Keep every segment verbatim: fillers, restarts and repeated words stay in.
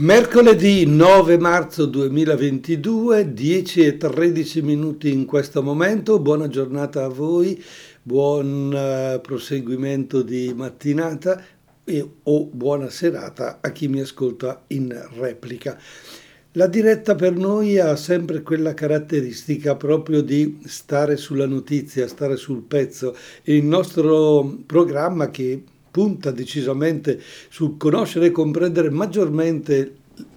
Mercoledì nove marzo duemilaventidue, dieci e tredici minuti in questo momento. Buona giornata a voi, buon eh, proseguimento di mattinata e o buona serata a chi mi ascolta in replica. La diretta per noi ha sempre quella caratteristica proprio di stare sulla notizia, stare sul pezzo. Il nostro programma, che punta decisamente sul conoscere e comprendere maggiormente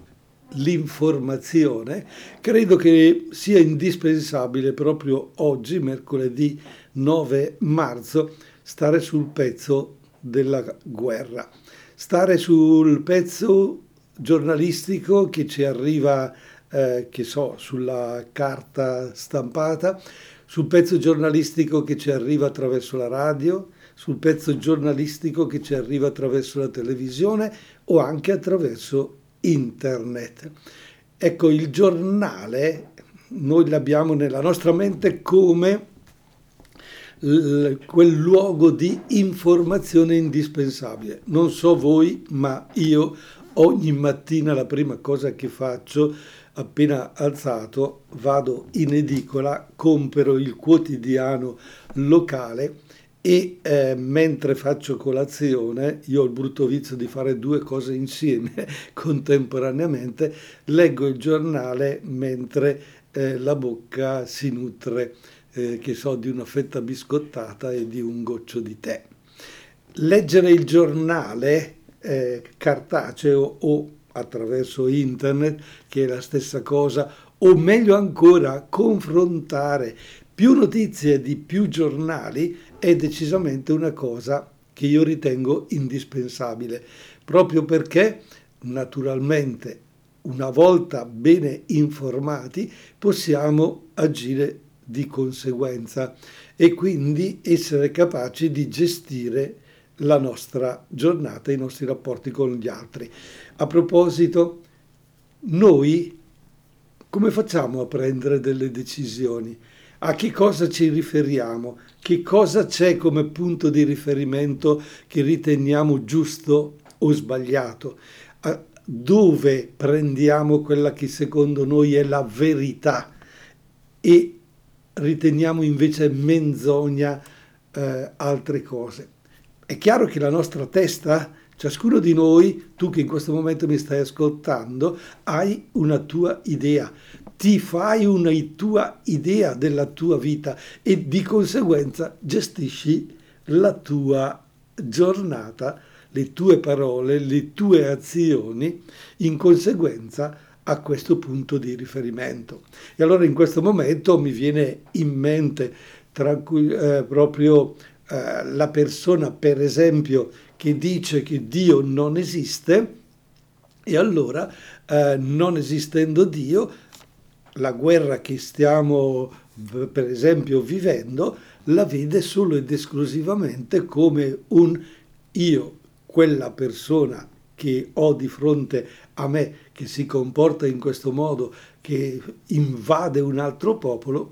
l'informazione, credo che sia indispensabile proprio oggi, mercoledì nove marzo, stare sul pezzo della guerra, stare sul pezzo giornalistico che ci arriva, eh, che so, sulla carta stampata, sul pezzo giornalistico che ci arriva attraverso la radio, sul pezzo giornalistico che ci arriva attraverso la televisione o anche attraverso internet. Ecco, il giornale noi l'abbiamo nella nostra mente come l- quel luogo di informazione indispensabile. Non so voi, ma io ogni mattina la prima cosa che faccio, appena alzato, vado in edicola, compro il quotidiano locale e eh, mentre faccio colazione, io ho il brutto vizio di fare due cose insieme contemporaneamente, leggo il giornale mentre eh, la bocca si nutre, eh, che so, di una fetta biscottata e di un goccio di tè. Leggere il giornale eh, cartaceo o attraverso internet, che è la stessa cosa, o meglio ancora confrontare più notizie di più giornali è decisamente una cosa che io ritengo indispensabile, proprio perché naturalmente una volta bene informati possiamo agire di conseguenza e quindi essere capaci di gestire la nostra giornata, i nostri rapporti con gli altri. A proposito, noi come facciamo a prendere delle decisioni? A che cosa ci riferiamo? Che cosa c'è come punto di riferimento che riteniamo giusto o sbagliato? A dove prendiamo quella che secondo noi è la verità e riteniamo invece menzogna eh, altre cose? È chiaro che la nostra testa, ciascuno di noi, tu che in questo momento mi stai ascoltando, hai una tua idea, ti fai una tua idea della tua vita e di conseguenza gestisci la tua giornata, le tue parole, le tue azioni in conseguenza a questo punto di riferimento. E allora in questo momento mi viene in mente tranquill- eh, proprio eh, la persona, per esempio, che dice che Dio non esiste e allora, eh, non esistendo Dio, la guerra che stiamo, per esempio, vivendo, la vede solo ed esclusivamente come un io, quella persona che ho di fronte a me, che si comporta in questo modo, che invade un altro popolo,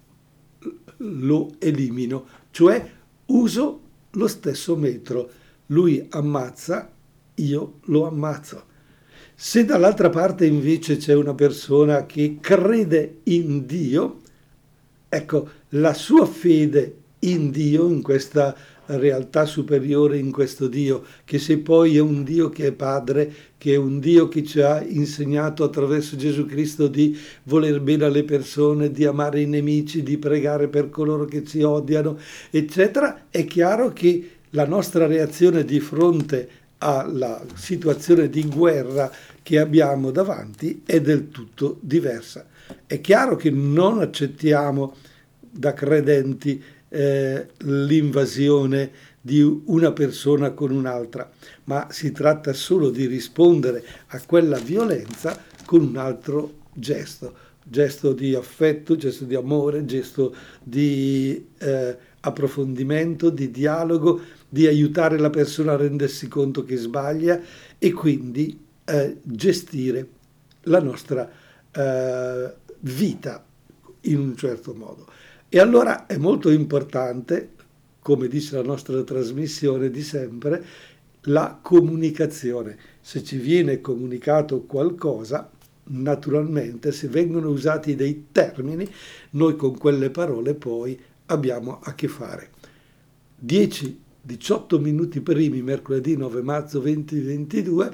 lo elimino, cioè uso lo stesso metro. Lui ammazza, io lo ammazzo. Se dall'altra parte invece c'è una persona che crede in Dio, ecco, la sua fede in Dio, in questa realtà superiore, in questo Dio, che se poi è un Dio che è Padre, che è un Dio che ci ha insegnato attraverso Gesù Cristo di voler bene alle persone, di amare i nemici, di pregare per coloro che ci odiano, eccetera, è chiaro che la nostra reazione di fronte alla situazione di guerra che abbiamo davanti è del tutto diversa. È chiaro che non accettiamo da credenti eh, l'invasione di una persona con un'altra, ma si tratta solo di rispondere a quella violenza con un altro gesto, gesto di affetto, gesto di amore, gesto di eh, approfondimento, di dialogo, di aiutare la persona a rendersi conto che sbaglia e quindi eh, gestire la nostra eh, vita in un certo modo. E allora è molto importante, come dice la nostra trasmissione di sempre, la comunicazione. Se ci viene comunicato qualcosa, naturalmente, se vengono usati dei termini, noi con quelle parole poi abbiamo a che fare. dieci diciotto minuti primi, mercoledì nove marzo duemilaventidue,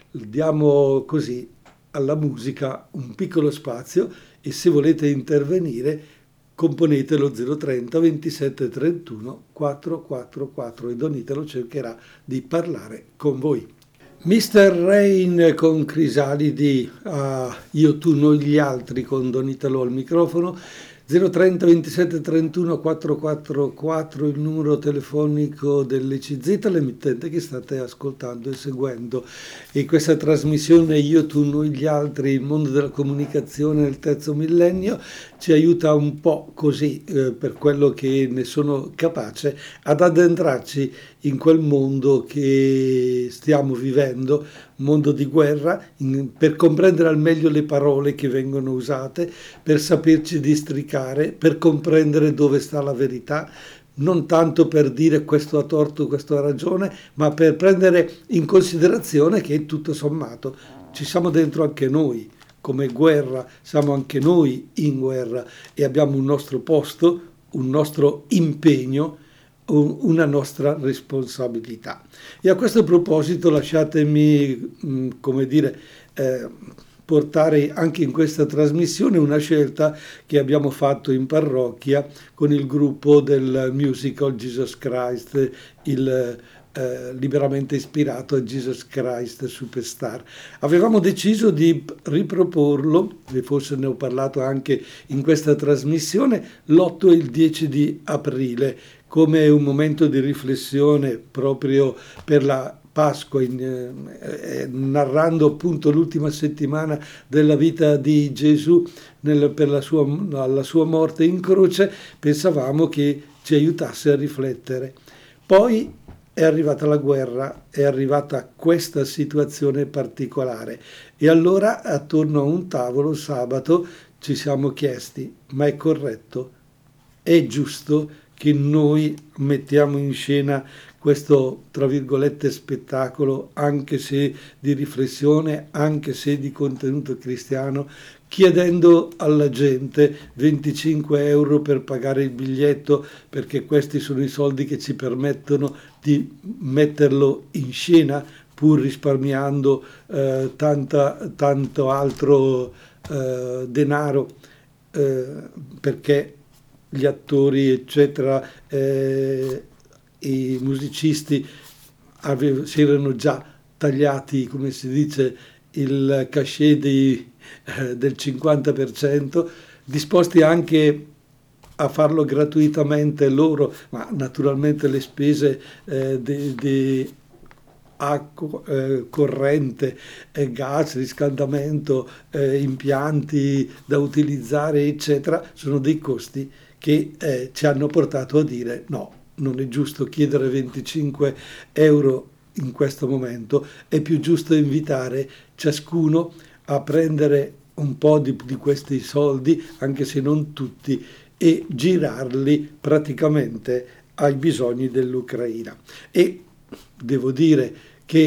diamo così alla musica un piccolo spazio e se volete intervenire componete lo zero trenta ventisette trentuno quattrocentoquarantaquattro e Don Italo cercherà di parlare con voi. mister Rain con Crisalidi, uh, Io, tu, noi, gli altri con Don Italo al microfono. Zero trenta ventisette trentuno quattrocentoquarantaquattro il numero telefonico dell'E C Z, l'emittente che state ascoltando e seguendo. E questa trasmissione Io, tu, noi, gli altri, il mondo della comunicazione nel terzo millennio, ci aiuta un po' così, eh, per quello che ne sono capace, ad addentrarci in quel mondo che stiamo vivendo, mondo di guerra, in, per comprendere al meglio le parole che vengono usate, per saperci districare, per comprendere dove sta la verità, non tanto per dire questo ha torto, questo ha ragione, ma per prendere in considerazione che tutto sommato ci siamo dentro anche noi, come guerra, siamo anche noi in guerra e abbiamo un nostro posto, un nostro impegno, una nostra responsabilità. E a questo proposito lasciatemi, come dire, eh, portare anche in questa trasmissione una scelta che abbiamo fatto in parrocchia con il gruppo del musical Jesus Christ, il eh, liberamente ispirato a Jesus Christ Superstar. Avevamo deciso di riproporlo, e forse ne ho parlato anche in questa trasmissione, l'otto e il dieci di aprile, come un momento di riflessione proprio per la Pasqua, in, eh, narrando appunto l'ultima settimana della vita di Gesù nel, per la sua, alla sua morte in croce, pensavamo che ci aiutasse a riflettere. Poi è arrivata la guerra, è arrivata questa situazione particolare e allora attorno a un tavolo sabato ci siamo chiesti: ma è corretto? È giusto che noi mettiamo in scena questo, tra virgolette, spettacolo, anche se di riflessione, anche se di contenuto cristiano, chiedendo alla gente venticinque euro per pagare il biglietto, perché questi sono i soldi che ci permettono di metterlo in scena, pur risparmiando eh, tanta, tanto altro eh, denaro, eh, perché gli attori, eccetera, eh, i musicisti avev- si erano già tagliati, come si dice, il cachet di, eh, del cinquanta per cento, disposti anche a farlo gratuitamente loro, ma naturalmente le spese eh, di, di acqua, eh, corrente, eh, gas, riscaldamento, eh, impianti da utilizzare, eccetera, sono dei costi che eh, ci hanno portato a dire no, non è giusto chiedere venticinque euro in questo momento, è più giusto invitare ciascuno a prendere un po' di, di questi soldi, anche se non tutti, e girarli praticamente ai bisogni dell'Ucraina. E devo dire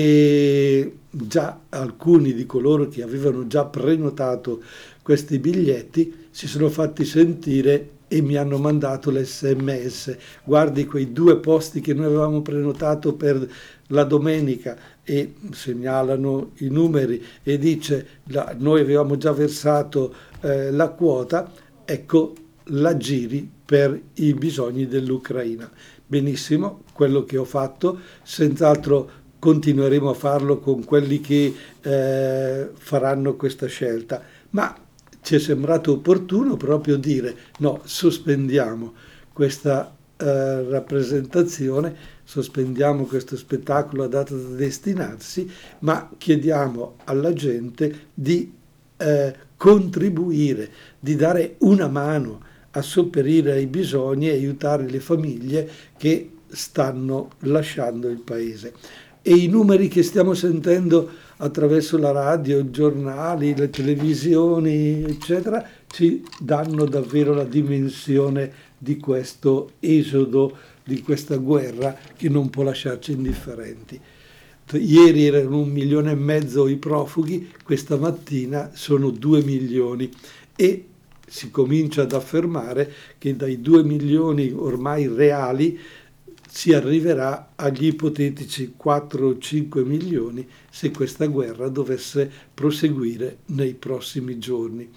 che già alcuni di coloro che avevano già prenotato questi biglietti si sono fatti sentire e mi hanno mandato l'esse emme esse: guardi quei due posti che noi avevamo prenotato per la domenica, e segnalano i numeri e dice la, noi avevamo già versato eh, la quota, ecco, la giri per i bisogni dell'Ucraina. Benissimo, quello che ho fatto, senz'altro continueremo a farlo con quelli che eh, faranno questa scelta, ma ci è sembrato opportuno proprio dire no, sospendiamo questa eh, rappresentazione, sospendiamo questo spettacolo adatto da destinarsi, ma chiediamo alla gente di eh, contribuire, di dare una mano a sopperire ai bisogni e aiutare le famiglie che stanno lasciando il paese. E i numeri che stiamo sentendo attraverso la radio, i giornali, le televisioni, eccetera, ci danno davvero la dimensione di questo esodo, di questa guerra che non può lasciarci indifferenti. ieri erano un milione e mezzo i profughi, questa mattina sono due milioni e si comincia ad affermare che dai due milioni ormai reali si arriverà agli ipotetici quattro o cinque milioni se questa guerra dovesse proseguire nei prossimi giorni.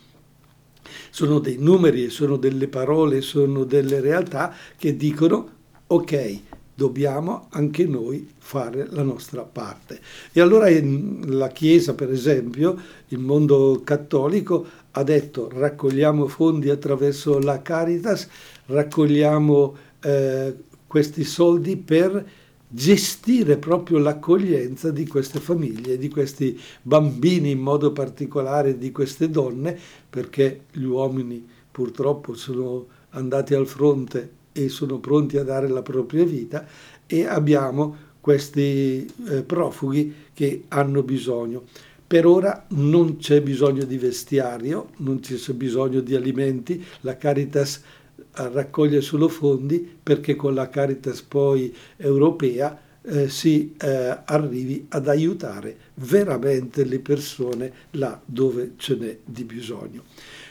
Sono dei numeri, sono delle parole, sono delle realtà che dicono ok, dobbiamo anche noi fare la nostra parte. E allora la Chiesa, per esempio, il mondo cattolico ha detto raccogliamo fondi attraverso la Caritas, raccogliamo eh, questi soldi per gestire proprio l'accoglienza di queste famiglie, di questi bambini in modo particolare, di queste donne, perché gli uomini purtroppo sono andati al fronte e sono pronti a dare la propria vita, e abbiamo questi eh, profughi che hanno bisogno. Per ora non c'è bisogno di vestiario, non c'è bisogno di alimenti, la Caritas raccoglie solo fondi perché con la Caritas poi europea eh, si eh, arrivi ad aiutare veramente le persone là dove ce n'è di bisogno.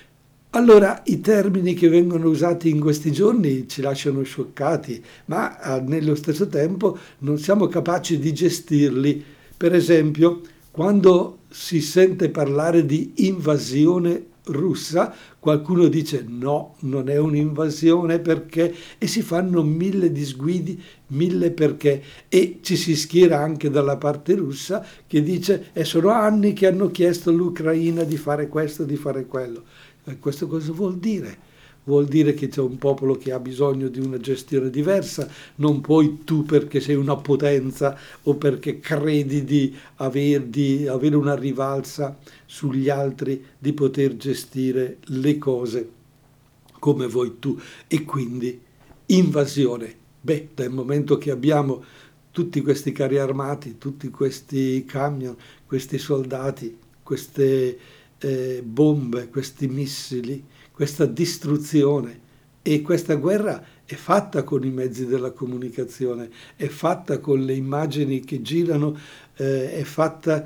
Allora, i termini che vengono usati in questi giorni ci lasciano scioccati, ma eh, nello stesso tempo non siamo capaci di gestirli. Per esempio, quando si sente parlare di invasione russa, qualcuno dice no, non è un'invasione perché, e si fanno mille disguidi, mille perché, e ci si schiera anche dalla parte russa che dice e sono anni che hanno chiesto all'Ucraina di fare questo, di fare quello. E questo cosa vuol dire? Vuol dire che c'è un popolo che ha bisogno di una gestione diversa, non puoi tu perché sei una potenza o perché credi di aver, di avere una rivalsa sugli altri, di poter gestire le cose come vuoi tu, e quindi invasione. Beh, dal momento che abbiamo tutti questi carri armati, tutti questi camion, questi soldati, queste eh, bombe, questi missili, questa distruzione, e questa guerra è fatta con i mezzi della comunicazione, è fatta con le immagini che girano, eh, è fatta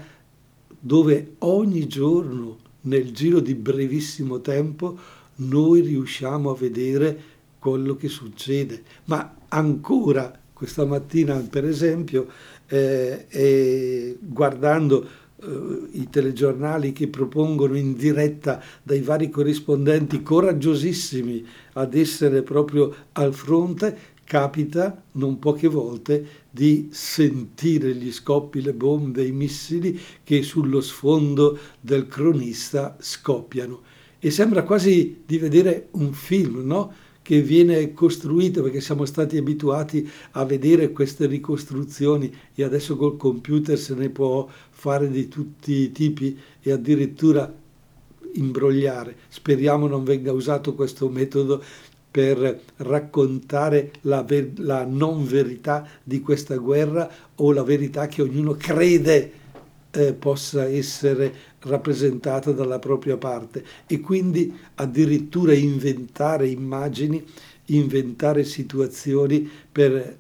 dove ogni giorno, nel giro di brevissimo tempo, noi riusciamo a vedere quello che succede. Ma ancora questa mattina, per esempio, eh, eh, guardando i telegiornali che propongono in diretta dai vari corrispondenti coraggiosissimi ad essere proprio al fronte, capita non poche volte di sentire gli scoppi, le bombe, i missili che sullo sfondo del cronista scoppiano. E sembra quasi di vedere un film, no? Che viene costruito, perché siamo stati abituati a vedere queste ricostruzioni e adesso col computer se ne può fare di tutti i tipi e addirittura imbrogliare. Speriamo non venga usato questo metodo per raccontare la, ver- la non verità di questa guerra o la verità che ognuno crede eh, possa essere rappresentata dalla propria parte, e quindi addirittura inventare immagini, inventare situazioni per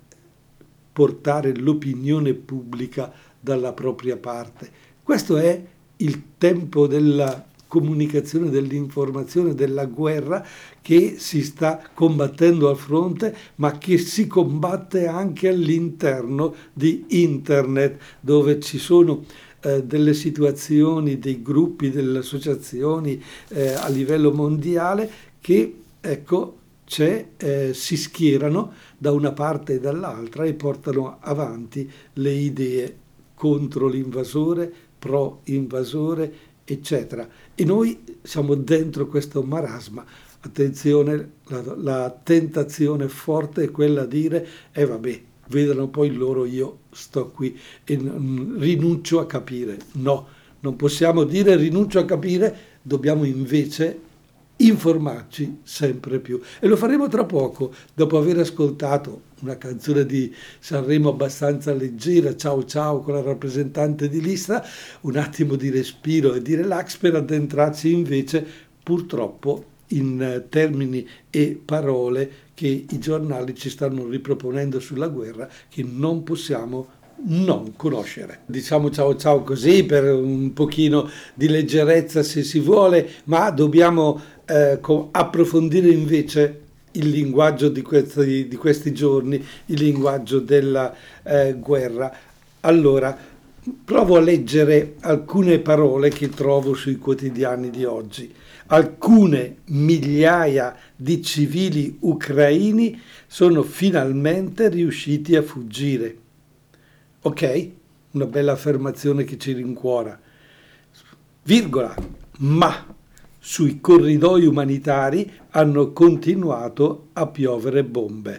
portare l'opinione pubblica dalla propria parte. Questo è il tempo della comunicazione, dell'informazione, della guerra che si sta combattendo al fronte, ma che si combatte anche all'interno di internet, dove ci sono eh, delle situazioni, dei gruppi, delle associazioni eh, a livello mondiale che, ecco, c'è, eh, si schierano da una parte e dall'altra e portano avanti le idee contro l'invasore, pro invasore, eccetera. E noi siamo dentro questo marasma. Attenzione, la, la tentazione forte è quella di dire eh vabbè, vedano poi loro, io sto qui e n- rinuncio a capire. No, non possiamo dire rinuncio a capire, dobbiamo invece informarci sempre più, e lo faremo tra poco, dopo aver ascoltato una canzone di Sanremo abbastanza leggera, Ciao Ciao, con la rappresentante di lista, un attimo di respiro e di relax per addentrarci invece purtroppo in termini e parole che i giornali ci stanno riproponendo sulla guerra, che non possiamo non conoscere. Diciamo ciao ciao così per un pochino di leggerezza se si vuole, ma dobbiamo eh, co- approfondire invece il linguaggio di questi, di questi giorni, il linguaggio della eh, guerra. Allora, provo a leggere alcune parole che trovo sui quotidiani di oggi. Alcune migliaia di civili ucraini sono finalmente riusciti a fuggire. Ok? Una bella affermazione che ci rincuora. Virgola, ma sui corridoi umanitari hanno continuato a piovere bombe.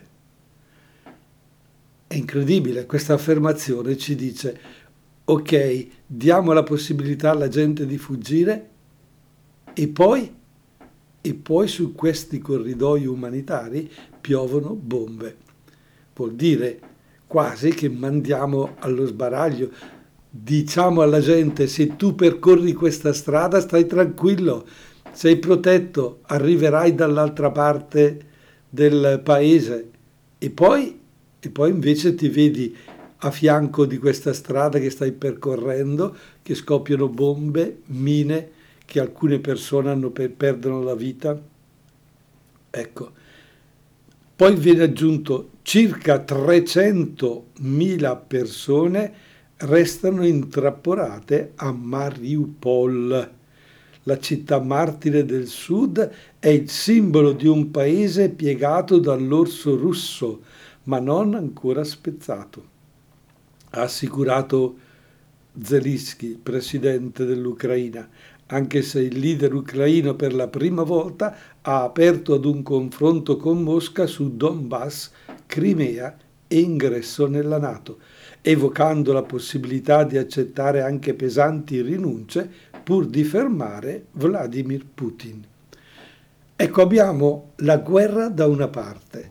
È incredibile, questa affermazione ci dice, ok, diamo la possibilità alla gente di fuggire e poi, e poi su questi corridoi umanitari piovono bombe. Vuol dire quasi che mandiamo allo sbaraglio. Diciamo alla gente, se tu percorri questa strada stai tranquillo, sei protetto, arriverai dall'altra parte del paese e poi, e poi invece ti vedi a fianco di questa strada che stai percorrendo, che scoppiano bombe, mine, che alcune persone hanno per, perdono la vita. Ecco. Poi viene aggiunto circa trecentomila persone restano intrappolate a Mariupol. La città martire del sud è il simbolo di un paese piegato dall'orso russo, ma non ancora spezzato. Ha assicurato Zelensky, presidente dell'Ucraina, anche se il leader ucraino per la prima volta ha aperto ad un confronto con Mosca su Donbass, Crimea e ingresso nella NATO, evocando la possibilità di accettare anche pesanti rinunce pur di fermare Vladimir Putin. Ecco, abbiamo la guerra da una parte,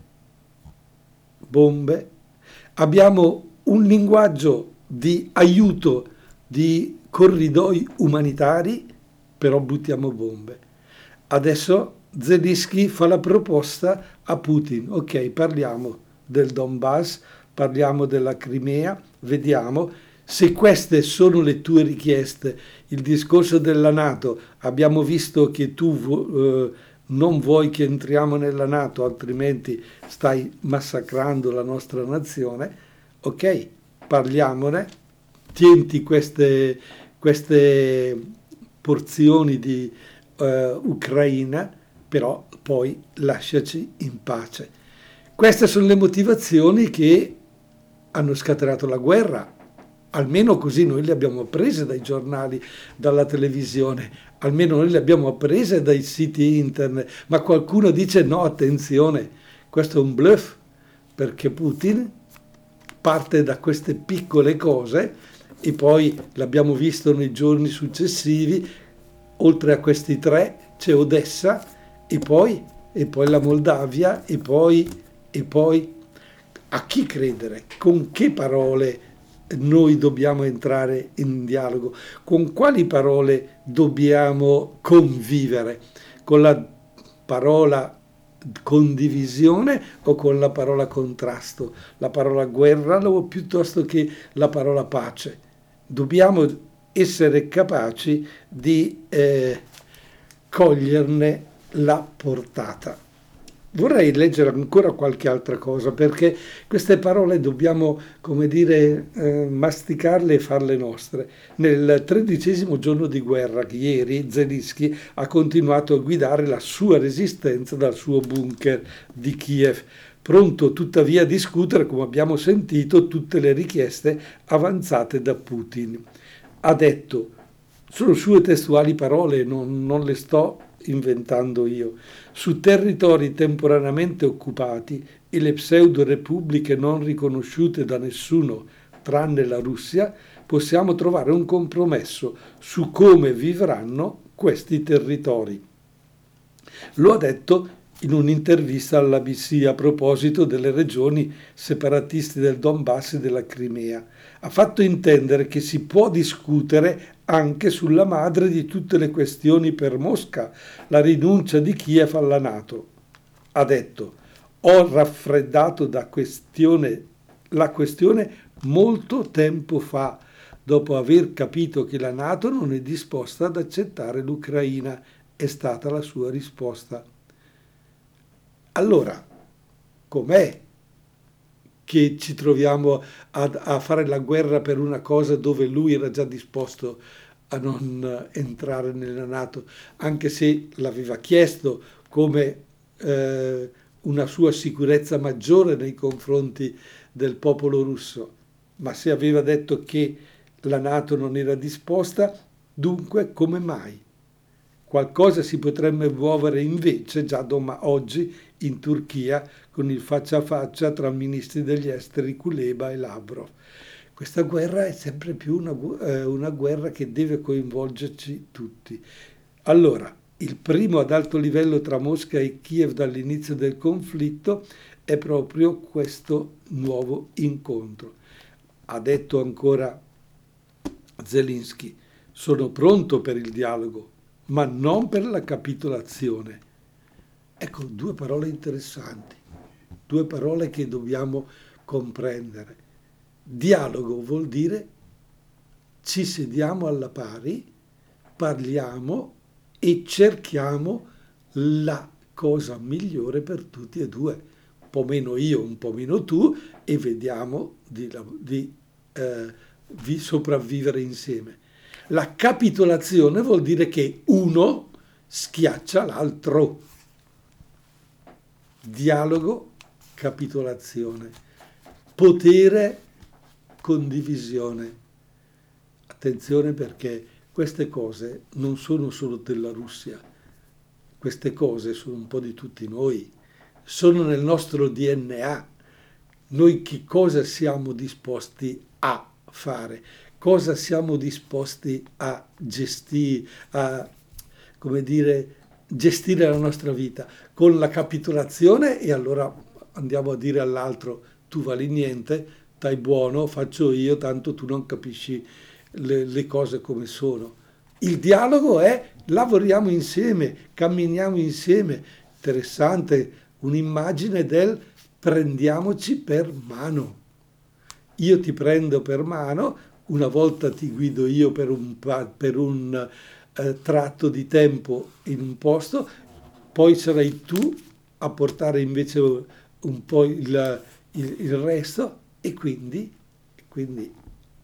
bombe, abbiamo un linguaggio di aiuto, di corridoi umanitari, però buttiamo bombe. Adesso Zelensky fa la proposta a Putin, ok, parliamo del Donbass, parliamo della Crimea, vediamo se queste sono le tue richieste. Il discorso della NATO, abbiamo visto che tu eh, non vuoi che entriamo nella NATO, altrimenti stai massacrando la nostra nazione, ok, parliamone, tienti queste, queste porzioni di eh, Ucraina, però poi lasciaci in pace. Queste sono le motivazioni che hanno scatenato la guerra, almeno così noi le abbiamo apprese dai giornali, dalla televisione, almeno noi le abbiamo apprese dai siti internet, ma qualcuno dice no, attenzione, questo è un bluff, perché Putin parte da queste piccole cose e poi l'abbiamo visto nei giorni successivi, oltre a questi tre c'è Odessa e poi, e poi la Moldavia e poi, e poi a chi credere, con che parole noi dobbiamo entrare in dialogo, con quali parole dobbiamo convivere, con la parola condivisione o con la parola contrasto, la parola guerra o piuttosto che la parola pace. Dobbiamo essere capaci di eh, coglierne la portata. Vorrei leggere ancora qualche altra cosa perché queste parole dobbiamo, come dire, eh, masticarle e farle nostre. Nel tredicesimo giorno di guerra, ieri, Zelensky ha continuato a guidare la sua resistenza dal suo bunker di Kiev, pronto tuttavia a discutere, come abbiamo sentito, tutte le richieste avanzate da Putin. Ha detto, sono sue testuali parole, non, non le sto inventando io, su territori temporaneamente occupati e le pseudo-repubbliche non riconosciute da nessuno tranne la Russia, possiamo trovare un compromesso su come vivranno questi territori. Lo ha detto in un'intervista all'A B C a proposito delle regioni separatiste del Donbass e della Crimea. Ha fatto intendere che si può discutere anche sulla madre di tutte le questioni per Mosca, la rinuncia di Kiev alla NATO. Ha detto, ho raffreddato da questione, la questione molto tempo fa, dopo aver capito che la NATO non è disposta ad accettare l'Ucraina, è stata la sua risposta. Allora, com'è che ci troviamo a, a fare la guerra per una cosa dove lui era già disposto a non entrare nella NATO, anche se l'aveva chiesto come eh, una sua sicurezza maggiore nei confronti del popolo russo, ma se aveva detto che la NATO non era disposta, dunque come mai? Qualcosa si potrebbe muovere invece già doma, oggi in Turchia con il faccia a faccia tra ministri degli esteri Kuleba e Lavrov. Questa guerra è sempre più una, eh, una guerra che deve coinvolgerci tutti. Allora, il primo ad alto livello tra Mosca e Kiev dall'inizio del conflitto è proprio questo nuovo incontro. Ha detto ancora Zelensky, sono pronto per il dialogo, ma non per la capitolazione. Ecco, due parole interessanti, due parole che dobbiamo comprendere. Dialogo vuol dire ci sediamo alla pari, parliamo e cerchiamo la cosa migliore per tutti e due, un po' meno io, un po' meno tu, e vediamo di, di eh, di sopravvivere insieme. La capitolazione vuol dire che uno schiaccia l'altro. Dialogo, capitolazione. Potere, condivisione. Attenzione, perché queste cose non sono solo della Russia, queste cose sono un po' di tutti noi, sono nel nostro D N A. Noi che cosa siamo disposti a fare? Cosa siamo disposti a gestire, a, come dire, gestire la nostra vita? Con la capitolazione, e allora andiamo a dire all'altro tu vali niente, stai buono, faccio io, tanto tu non capisci le, le cose come sono. Il dialogo è lavoriamo insieme, camminiamo insieme. Interessante, un'immagine del prendiamoci per mano. Io ti prendo per mano, una volta ti guido io per un, per un eh, tratto di tempo in un posto, poi sarai tu a portare invece un po' il, il, il resto, e quindi, quindi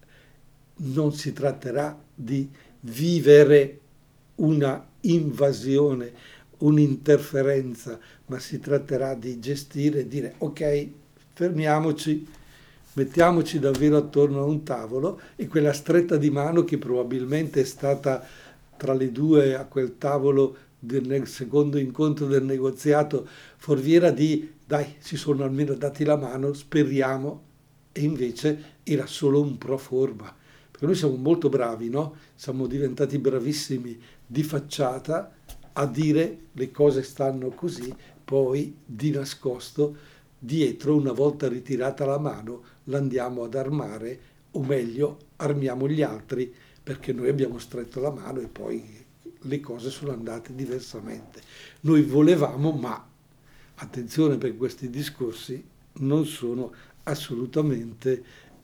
non si tratterà di vivere una invasione, un'interferenza, ma si tratterà di gestire e dire ok, fermiamoci, mettiamoci davvero attorno a un tavolo, e quella stretta di mano che probabilmente è stata tra le due a quel tavolo del secondo incontro del negoziato forviera di dai, si sono almeno dati la mano, speriamo, e invece era solo un pro forma. Perché noi siamo molto bravi, no? Siamo diventati bravissimi di facciata a dire le cose stanno così, poi di nascosto, dietro, una volta ritirata la mano, l'andiamo ad armare, o meglio, armiamo gli altri, perché noi abbiamo stretto la mano e poi le cose sono andate diversamente. Noi volevamo, ma attenzione, perché questi discorsi non sono assolutamente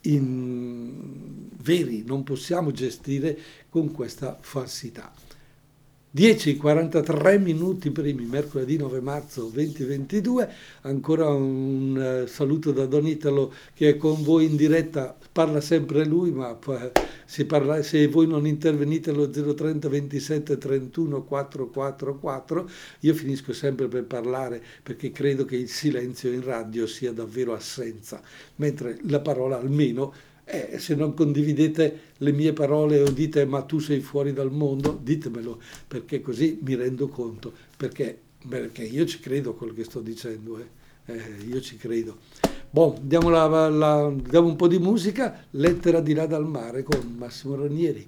in... veri, non possiamo gestire con questa falsità. dieci e quarantatré minuti primi, mercoledì nove marzo duemilaventidue, ancora un uh, saluto da Don Italo che è con voi in diretta, parla sempre lui, ma se, parla, se voi non intervenite allo zero trenta ventisette trentuno quattrocentoquarantaquattro, io finisco sempre per parlare, perché credo che il silenzio in radio sia davvero assenza, mentre la parola almeno... Eh, se non condividete le mie parole o dite ma tu sei fuori dal mondo, ditemelo, perché così mi rendo conto, perché, perché io ci credo a quello che sto dicendo, eh. Eh, io ci credo. Boh, diamo, la, la, diamo un po' di musica, Lettera di là dal mare con Massimo Ranieri.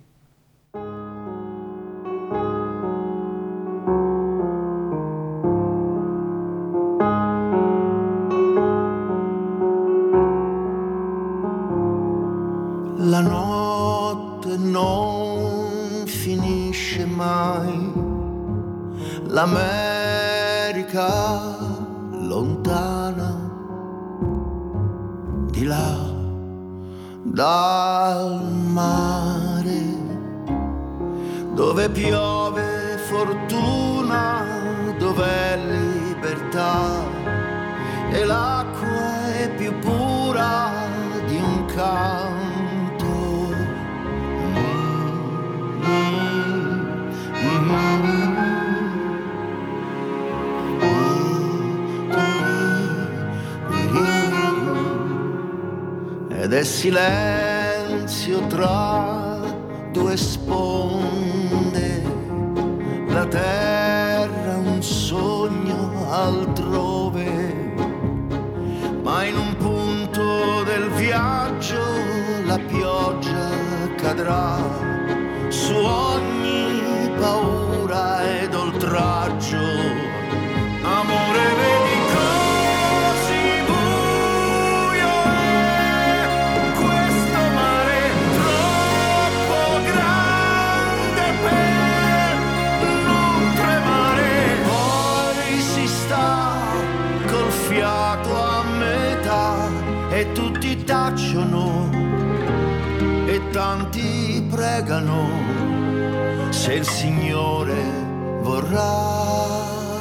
La notte non finisce mai, l'America lontana, di là dal mare, dove piove fortuna, dov'è libertà e l'acqua è più pura di un canto. Ed è silenzio tra due sponde, la terra un sogno altrove, ma in un punto del viaggio la pioggia cadrà su ogni paura ed oltraggio. Amore, vedi così buio è questo mare, troppo grande per non tremare. Poi si sta col fiato a metà e tutti tacciono e tanti pregano se il Signore vorrà.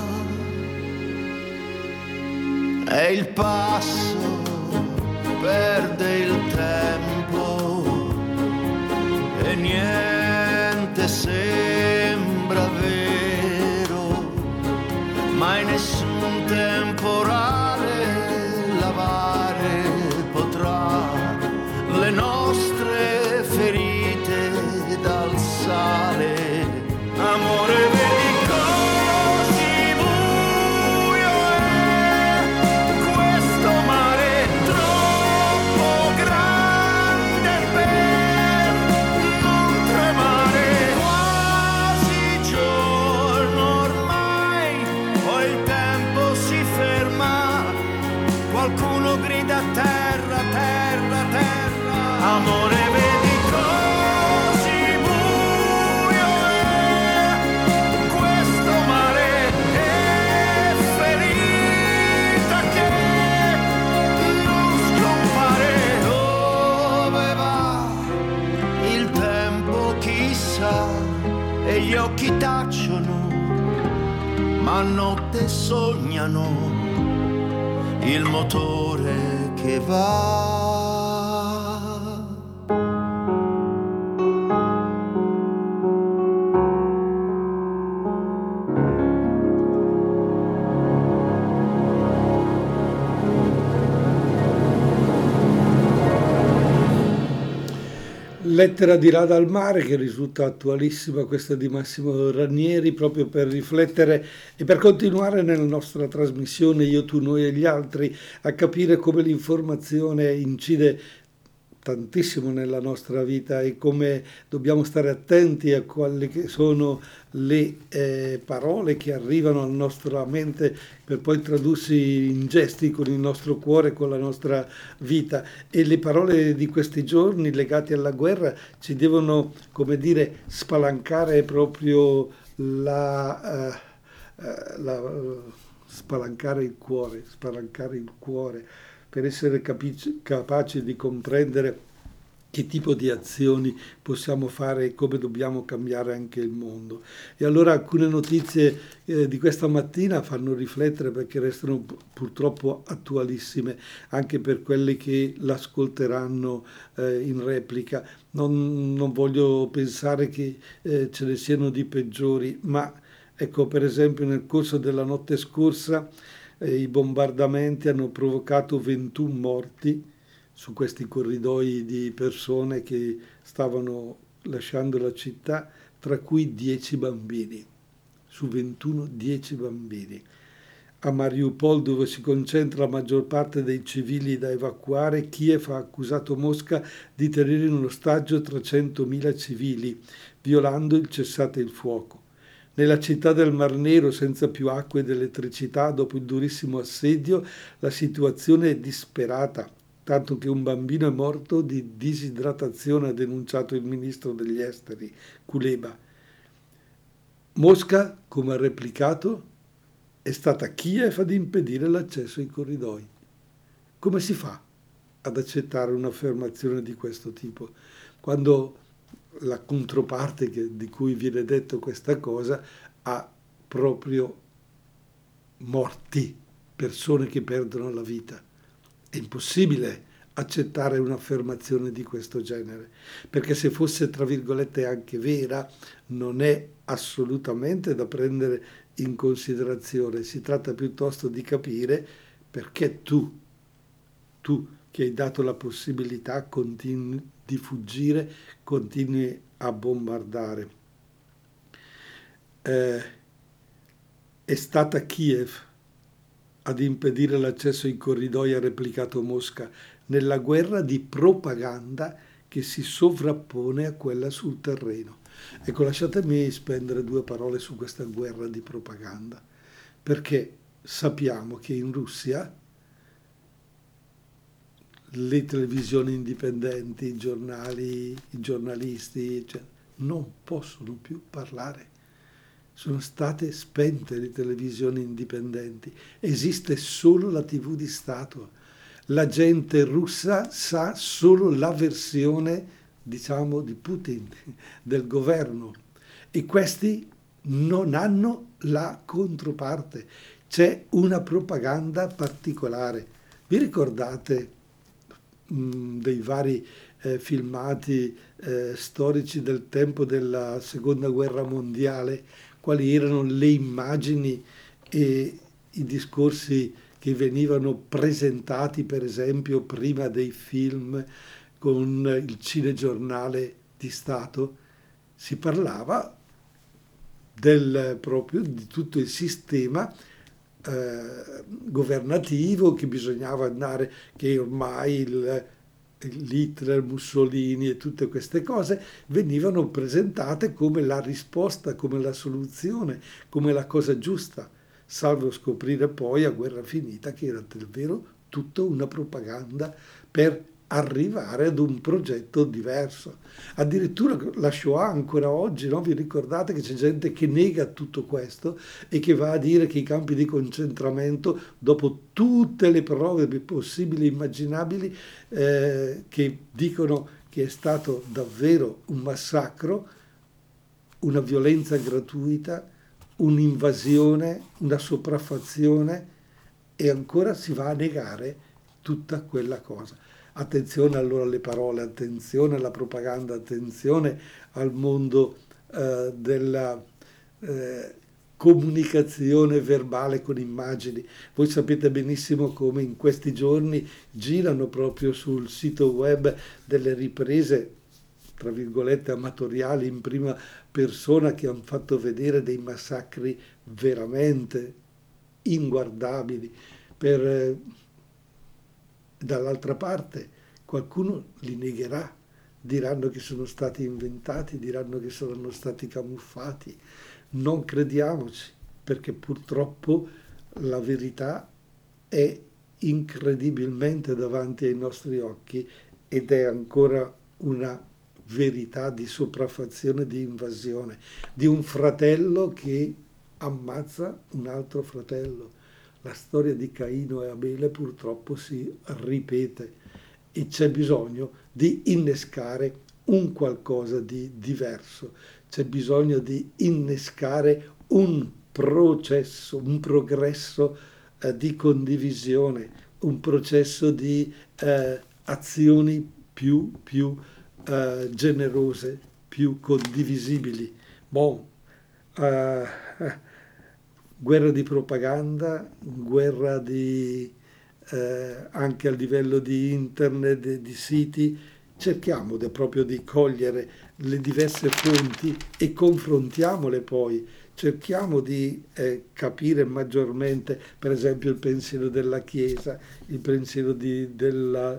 E il passo perde il tempo e niente sembra vero, mai nessun temporale lavare potrà le nostre ferite dal sale. Amore, vedi così buio è questo mare, troppo grande per non tremare. Quasi giorno ormai, poi il tempo si ferma, qualcuno grida terra, terra, terra. Amore, vedi così buio è questo mare, è ferita che non scompare. Dove va il tempo chissà e gli occhi tacciono, ma a notte sognano il motore che va. Lettera di là dal mare, che risulta attualissima, questa di Massimo Ranieri, proprio per riflettere e per continuare nella nostra trasmissione Io, tu, noi e gli altri, a capire come l'informazione incide tantissimo nella nostra vita e come dobbiamo stare attenti a quelle che sono le eh, parole che arrivano alla nostra mente per poi tradursi in gesti con il nostro cuore, con la nostra vita. E le parole di questi giorni legate alla guerra ci devono, come dire, spalancare proprio la, uh, uh, la uh, spalancare il cuore, spalancare il cuore per essere capici, capaci di comprendere che tipo di azioni possiamo fare e come dobbiamo cambiare anche il mondo. E allora alcune notizie eh, di questa mattina fanno riflettere, perché restano purtroppo attualissime anche per quelli che l'ascolteranno eh, in replica. Non, non voglio pensare che eh, ce ne siano di peggiori, ma ecco, per esempio nel corso della notte scorsa Eh, i bombardamenti hanno provocato ventuno morti su questi corridoi di persone che stavano lasciando la città, tra cui dieci bambini. Su ventuno, dieci bambini. A Mariupol, dove si concentra la maggior parte dei civili da evacuare, Kiev ha accusato Mosca di tenere in ostaggio trecentomila civili, violando il cessate il fuoco. Nella città del Mar Nero, senza più acqua ed elettricità, dopo il durissimo assedio, la situazione è disperata, tanto che un bambino è morto di disidratazione, ha denunciato il ministro degli esteri, Kuleba. Mosca, come ha replicato, è stata Kiev ad impedire l'accesso ai corridoi. Come si fa ad accettare un'affermazione di questo tipo. Quando la controparte che, di cui viene detto questa cosa ha proprio morti, persone che perdono la vita. È impossibile accettare un'affermazione di questo genere, perché se fosse tra virgolette anche vera, non è assolutamente da prendere in considerazione. Si tratta piuttosto di capire perché tu, tu che hai dato la possibilità continui di fuggire, continui a bombardare. Eh, è stata Kiev ad impedire l'accesso ai corridoi, ha replicato Mosca, nella guerra di propaganda che si sovrappone a quella sul terreno. Ecco, lasciatemi spendere due parole su questa guerra di propaganda, perché sappiamo che in Russia le televisioni indipendenti, i giornali, i giornalisti, cioè, non possono più parlare. Sono state spente le televisioni indipendenti. Esiste solo la tivù di Stato. La gente russa sa solo la versione, diciamo, di Putin, del governo. E questi non hanno la controparte. C'è una propaganda particolare. Vi ricordate mh, dei vari eh, filmati eh, storici del tempo della Seconda Guerra Mondiale? Quali erano le immagini e i discorsi che venivano presentati, per esempio, prima dei film con il cinegiornale di Stato? Si parlava del, proprio di tutto il sistema eh, governativo, che bisognava andare, che ormai il Hitler, Mussolini e tutte queste cose venivano presentate come la risposta, come la soluzione, come la cosa giusta, salvo scoprire poi a guerra finita che era davvero tutta una propaganda per arrivare ad un progetto diverso. Addirittura la Shoah ancora oggi, no? Vi ricordate che c'è gente che nega tutto questo e che va a dire che i campi di concentramento, dopo tutte le prove possibili e immaginabili, eh, che dicono che è stato davvero un massacro, una violenza gratuita, un'invasione, una sopraffazione, e ancora si va a negare tutta quella cosa. Attenzione allora alle parole, attenzione alla propaganda, attenzione al mondo eh, della eh, comunicazione verbale con immagini. Voi sapete benissimo come in questi giorni girano proprio sul sito web delle riprese, tra virgolette, amatoriali in prima persona, che hanno fatto vedere dei massacri veramente inguardabili. Per... Eh, dall'altra parte qualcuno li negherà, diranno che sono stati inventati, diranno che sono stati camuffati. Non crediamoci, perché purtroppo la verità è incredibilmente davanti ai nostri occhi ed è ancora una verità di sopraffazione, di invasione, di un fratello che ammazza un altro fratello. La storia di Caino e Abele purtroppo si ripete e c'è bisogno di innescare un qualcosa di diverso, c'è bisogno di innescare un processo, un progresso eh, di condivisione, un processo di eh, azioni più, più eh, generose, più condivisibili. Bon, eh, guerra di propaganda, guerra di, eh, anche a livello di internet, di siti. Cerchiamo de, proprio di cogliere le diverse fonti e confrontiamole poi. Cerchiamo di eh, capire maggiormente, per esempio, il pensiero della Chiesa, il pensiero di, della,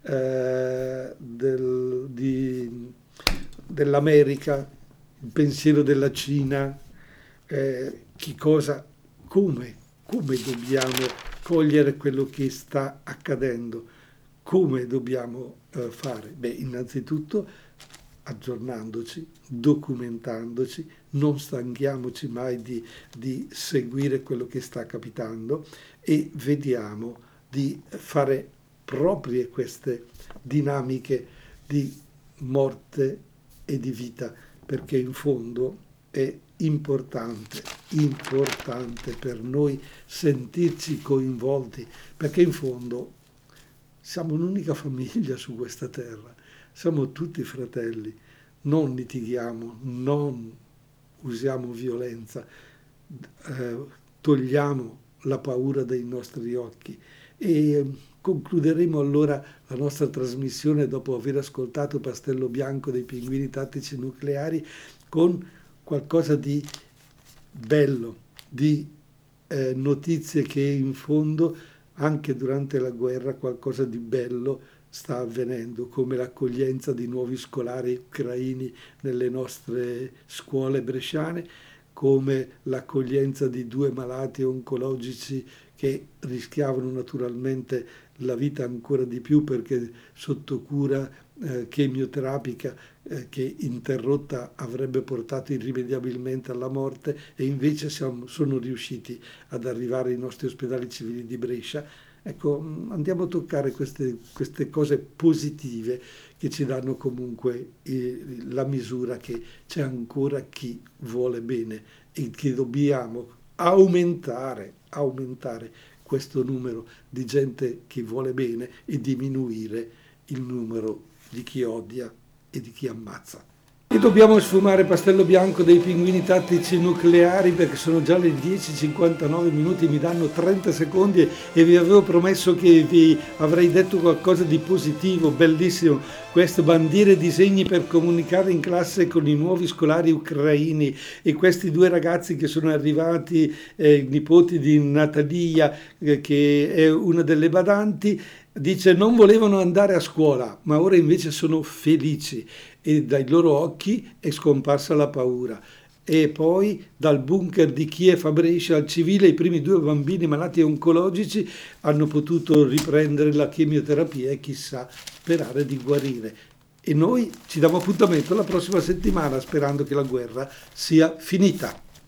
eh, del, di, dell'America, il pensiero della Cina. Eh, che cosa, come, come dobbiamo cogliere quello che sta accadendo, come dobbiamo eh, fare? Beh, innanzitutto aggiornandoci, documentandoci, non stanchiamoci mai di, di seguire quello che sta capitando e vediamo di fare proprie queste dinamiche di morte e di vita, perché in fondo è importante, importante per noi sentirci coinvolti, perché in fondo siamo un'unica famiglia su questa terra, siamo tutti fratelli, non litighiamo, non usiamo violenza, eh, togliamo la paura dai nostri occhi. E concluderemo allora la nostra trasmissione, dopo aver ascoltato Pastello Bianco dei Pinguini Tattici Nucleari, con qualcosa di bello, di eh, notizie che in fondo anche durante la guerra qualcosa di bello sta avvenendo, come l'accoglienza di nuovi scolari ucraini nelle nostre scuole bresciane, come l'accoglienza di due malati oncologici che rischiavano naturalmente la vita ancora di più perché sotto cura eh, chemioterapica eh, che interrotta avrebbe portato irrimediabilmente alla morte, e invece siamo, sono riusciti ad arrivare ai nostri ospedali civili di Brescia. Ecco, andiamo a toccare queste, queste cose positive che ci danno comunque eh, la misura che c'è ancora chi vuole bene e che dobbiamo aumentare, aumentare questo numero di gente che vuole bene e diminuire il numero di chi odia e di chi ammazza. E dobbiamo sfumare Pastello Bianco dei Pinguini Tattici Nucleari, perché sono già le dieci e cinquantanove minuti, mi danno trenta secondi e vi avevo promesso che vi avrei detto qualcosa di positivo, bellissimo. Queste bandiere e disegni per comunicare in classe con i nuovi scolari ucraini, e questi due ragazzi che sono arrivati, eh, nipoti di Natalia, eh, che è una delle badanti, dice non volevano andare a scuola, ma ora invece sono felici e dai loro occhi è scomparsa la paura. E poi dal bunker di Kiev a Brescia al civile i primi due bambini malati oncologici hanno potuto riprendere la chemioterapia e chissà sperare di guarire. E noi ci diamo appuntamento la prossima settimana sperando che la guerra sia finita.